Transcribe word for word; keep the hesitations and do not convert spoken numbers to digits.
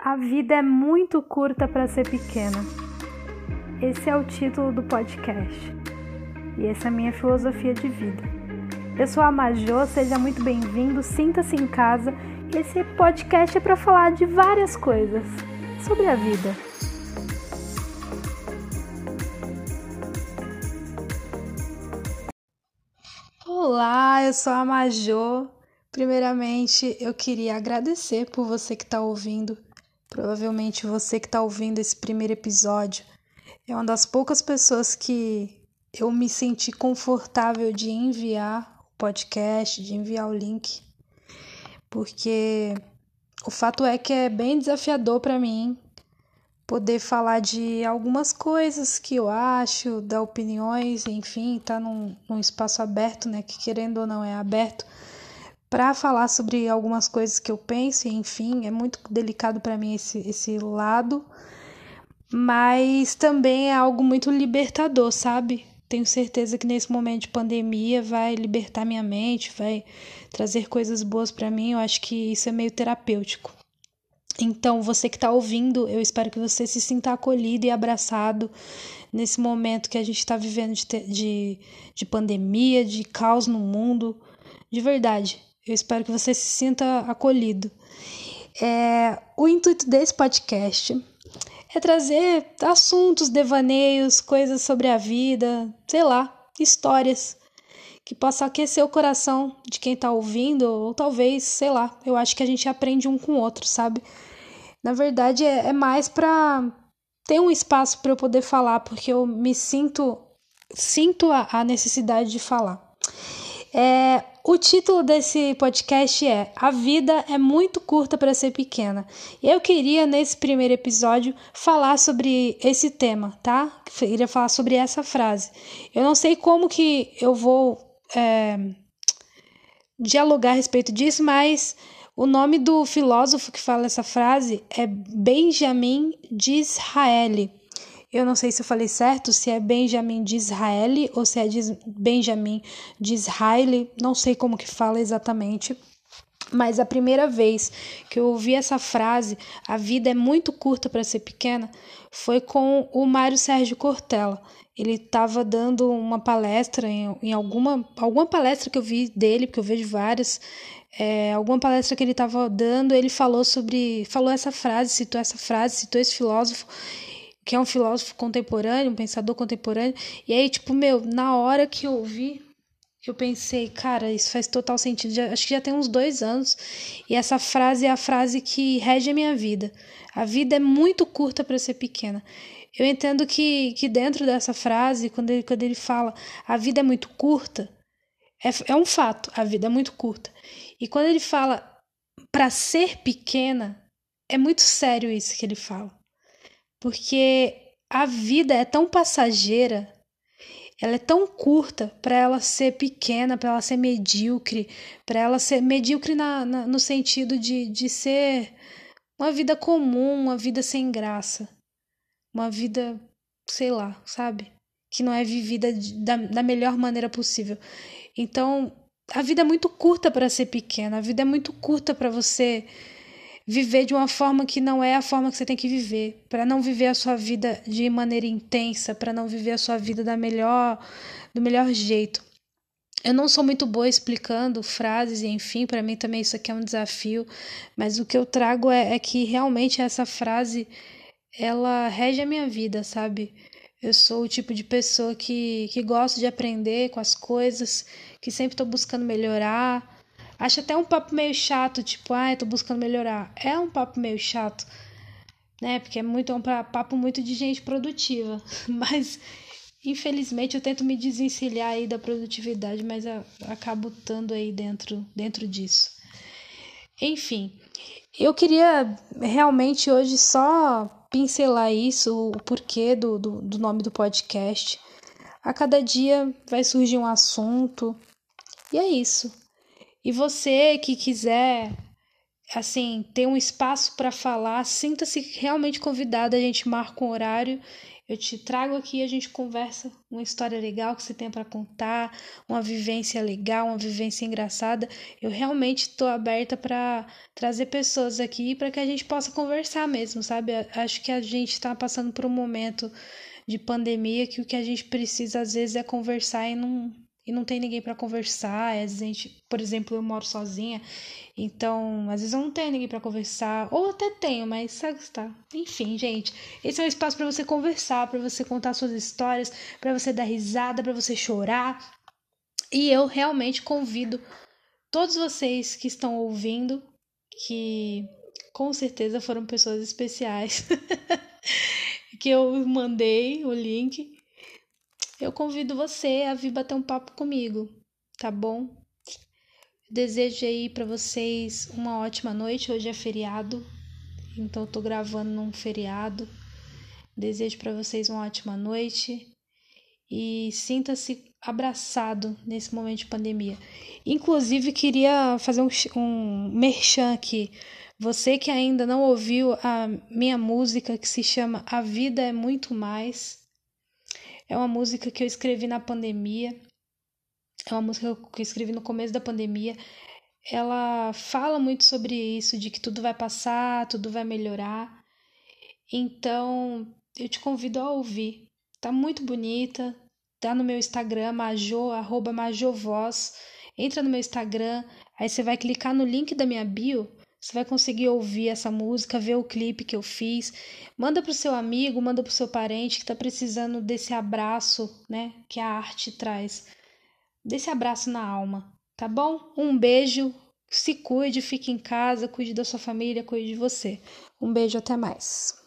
A vida é muito curta para ser pequena. Esse é o título do podcast. E essa é a minha filosofia de vida. Eu sou a Majô, seja muito bem-vindo, sinta-se em casa. Esse podcast é para falar de várias coisas sobre a vida. Olá, eu sou a Majô. Primeiramente, eu queria agradecer por você que está ouvindo. Provavelmente você que está ouvindo esse primeiro episódio é uma das poucas pessoas que eu me senti confortável de enviar o podcast, de enviar o link, porque o fato é que é bem desafiador para mim poder falar de algumas coisas que eu acho, dar opiniões, enfim, tá num, num espaço aberto, né, que querendo ou não é aberto, para falar sobre algumas coisas que eu penso, enfim, é muito delicado para mim esse, esse lado, mas também é algo muito libertador, sabe? Tenho certeza que nesse momento de pandemia vai libertar minha mente, vai trazer coisas boas para mim, eu acho que isso é meio terapêutico. Então, você que está ouvindo, eu espero que você se sinta acolhido e abraçado nesse momento que a gente está vivendo de, de, de pandemia, de caos no mundo, de verdade. Eu espero que você se sinta acolhido. É, o intuito desse podcast é trazer assuntos, devaneios, coisas sobre a vida, sei lá, histórias que possam aquecer o coração de quem está ouvindo, ou talvez, sei lá, eu acho que a gente aprende um com o outro, sabe? Na verdade, é, é mais para ter um espaço para eu poder falar, porque eu me sinto, sinto a, a necessidade de falar. É, o título desse podcast é A Vida é Muito Curta para Ser Pequena. Eu queria, nesse primeiro episódio, falar sobre esse tema, tá? Eu queria falar sobre essa frase. Eu não sei como que eu vou é, dialogar a respeito disso, mas o nome do filósofo que fala essa frase é Benjamin Disraeli. Eu não sei se eu falei certo, se é Benjamin Disraeli ou se é Benjamin Disraeli, não sei como que fala exatamente. Mas a primeira vez que eu ouvi essa frase, a vida é muito curta para ser pequena, foi com o Mário Sérgio Cortella. Ele estava dando uma palestra, em, em alguma, alguma palestra que eu vi dele, porque eu vejo várias, é, alguma palestra que ele estava dando, ele falou sobre, falou essa frase, citou essa frase, citou esse filósofo, que é um filósofo contemporâneo, um pensador contemporâneo, e aí, tipo, meu, na hora que eu ouvi, eu pensei, cara, isso faz total sentido, já, acho que já tem uns dois anos, e essa frase é a frase que rege a minha vida. A vida é muito curta para ser pequena. Eu entendo que, que dentro dessa frase, quando ele, quando ele fala a vida é muito curta, é, é um fato, a vida é muito curta. E quando ele fala para ser pequena, é muito sério isso que ele fala. Porque a vida é tão passageira, ela é tão curta para ela ser pequena, para ela ser medíocre, para ela ser medíocre na, na, no sentido de, de ser uma vida comum, uma vida sem graça, uma vida, sei lá, sabe? Que não é vivida da, da melhor maneira possível. Então, a vida é muito curta para ser pequena, a vida é muito curta para você viver de uma forma que não é a forma que você tem que viver, para não viver a sua vida de maneira intensa, para não viver a sua vida da melhor, do melhor jeito. Eu não sou muito boa explicando frases e enfim, para mim também isso aqui é um desafio, mas o que eu trago é, é que realmente essa frase, ela rege a minha vida, sabe? Eu sou o tipo de pessoa que, que gosto de aprender com as coisas, que sempre estou buscando melhorar. Acho até um papo meio chato, tipo, ah, eu tô buscando melhorar. É um papo meio chato, né? Porque é, muito, é um papo muito de gente produtiva. Mas, infelizmente, eu tento me desencilhar aí da produtividade, mas eu acabo estando aí dentro, dentro disso. Enfim, eu queria realmente hoje só pincelar isso, o porquê do, do, do nome do podcast. A cada dia vai surgir um assunto, e é isso. E você que quiser, assim, ter um espaço para falar, sinta-se realmente convidada, a gente marca um horário Eu te trago aqui e a gente conversa uma história legal que você tem para contar, uma vivência legal, uma vivência engraçada. Eu realmente estou aberta para trazer pessoas aqui para que a gente possa conversar mesmo, sabe? Acho que a gente está passando por um momento de pandemia que o que a gente precisa às vezes é conversar e não, e não tem ninguém para conversar. Às vezes a gente, por exemplo, eu moro sozinha, então às vezes eu não tenho ninguém para conversar, ou até tenho, mas sabe que tá. Enfim, gente, esse é um espaço para você conversar, para você contar suas histórias, para você dar risada, para você chorar. E eu realmente convido todos vocês que estão ouvindo, que com certeza foram pessoas especiais, que eu mandei o link. Eu convido você a vir bater um papo comigo, tá bom? Desejo aí para vocês uma ótima noite. Hoje é feriado, então eu tô gravando num feriado. Desejo para vocês uma ótima noite e sinta-se abraçado nesse momento de pandemia. Inclusive, queria fazer um, um merchan aqui. Você que ainda não ouviu a minha música que se chama A Vida é Muito Mais, é uma música que eu escrevi na pandemia, é uma música que eu escrevi no começo da pandemia. Ela fala muito sobre isso, de que tudo vai passar, tudo vai melhorar. Então, eu te convido a ouvir. Tá muito bonita, tá no meu Instagram, Majô, arroba Majovoz. Entra no meu Instagram, aí você vai clicar no link da minha bio, você vai conseguir ouvir essa música, ver o clipe que eu fiz. Manda pro seu amigo, manda pro seu parente que tá precisando desse abraço, né, que a arte traz. Desse abraço na alma, tá bom? Um beijo, se cuide, fique em casa, cuide da sua família, cuide de você. Um beijo, até mais.